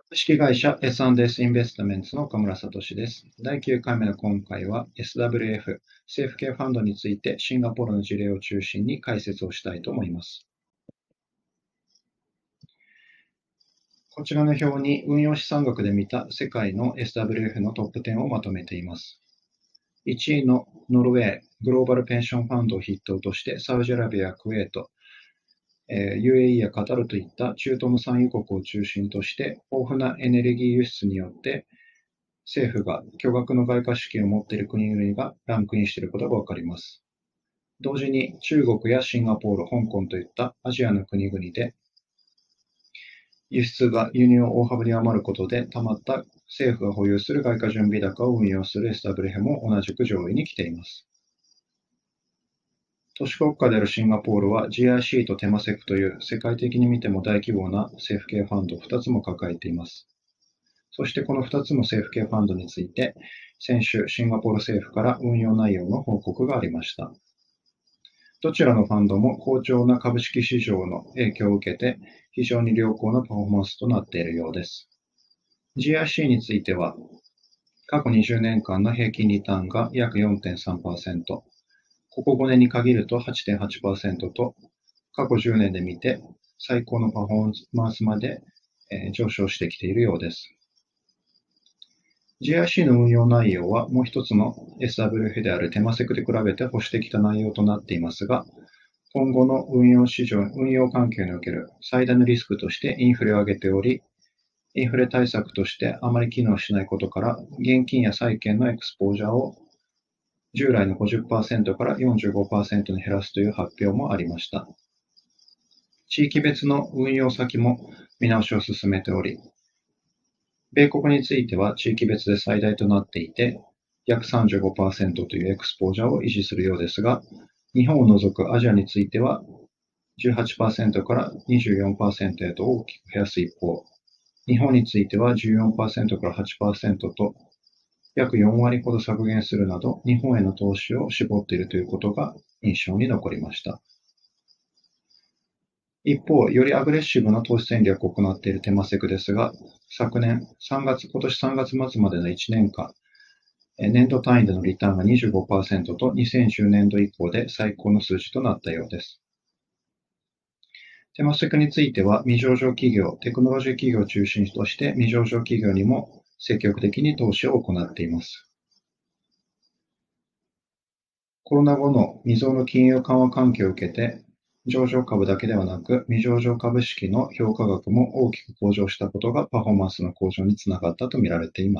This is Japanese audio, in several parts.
株式会社 S&S インベストメンツの岡村聡です。第9回目の今回は SWF 政府系ファンドについてシンガポールの事例を中心に解説をしたいと思います。こちらの表に運用資産額で見た世界の SWF のトップ10をまとめています。1位のノルウェーグローバルペンションファンドを筆頭としてサウジアラビア、クウェート、UAE やカタルといった中東の産油国を中心として豊富なエネルギー輸出によって政府が巨額の外貨資金を持っている国々がランクインしていることがわかります。同時に中国やシンガポール、香港といったアジアの国々で輸出が輸入を大幅に余ることで溜まった政府が保有する外貨準備高を運用する SWF も同じく上位に来ています。都市国家であるシンガポールは GIC とテマセクという世界的に見ても大規模な政府系ファンドを2つも抱えています。そしてこの2つの政府系ファンドについて、先週シンガポール政府から運用内容の報告がありました。どちらのファンドも好調な株式市場の影響を受けて、非常に良好なパフォーマンスとなっているようです。GIC については、過去20年間の平均リターンが約 4.3%、ここ5年に限ると 8.8% と、過去10年で見て最高のパフォーマンスまで上昇してきているようです。GIC の運用内容はもう一つの SWF であるテマセクで比べて保守的な内容となっていますが、今後の運用環境における最大のリスクとしてインフレを挙げており、インフレ対策としてあまり機能しないことから、現金や債券のエクスポージャーを従来の 50% から 45% に減らすという発表もありました。地域別の運用先も見直しを進めており、米国については地域別で最大となっていて、約 35% というエクスポージャーを維持するようですが、日本を除くアジアについては 18% から 24% へと大きく増やす一方、日本については 14% から 8% と約4割ほど削減するなど、日本への投資を絞っているということが印象に残りました。一方、よりアグレッシブな投資戦略を行っているテマセクですが、今年3月末までの1年間、年度単位でのリターンが 25% と2010年度以降で最高の数字となったようです。テマセクについては、未上場企業、テクノロジー企業を中心として未上場企業にも積極的に投資を行っています。コロナ後の未曾有の金融緩和環境を受けて、上場株だけではなく、未上場株式の評価額も大きく向上したことがパフォーマンスの向上につながったとみられています。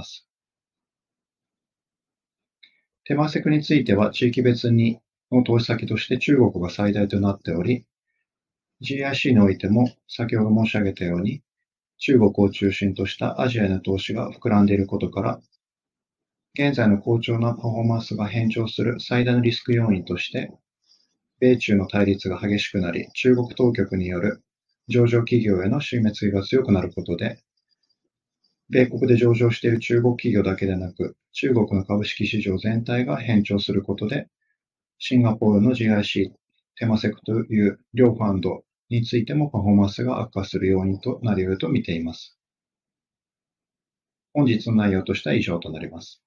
テマセクについては地域別にの投資先として中国が最大となっており、GIC においても先ほど申し上げたように、中国を中心としたアジアへの投資が膨らんでいることから、現在の好調なパフォーマンスが変調する最大のリスク要因として、米中の対立が激しくなり、中国当局による上場企業への締め付けが強くなることで、米国で上場している中国企業だけでなく、中国の株式市場全体が変調することで、シンガポールの GIC、テマセクという両ファンドについてもパフォーマンスが悪化する要因となり得ると見ています。本日の内容としては以上となります。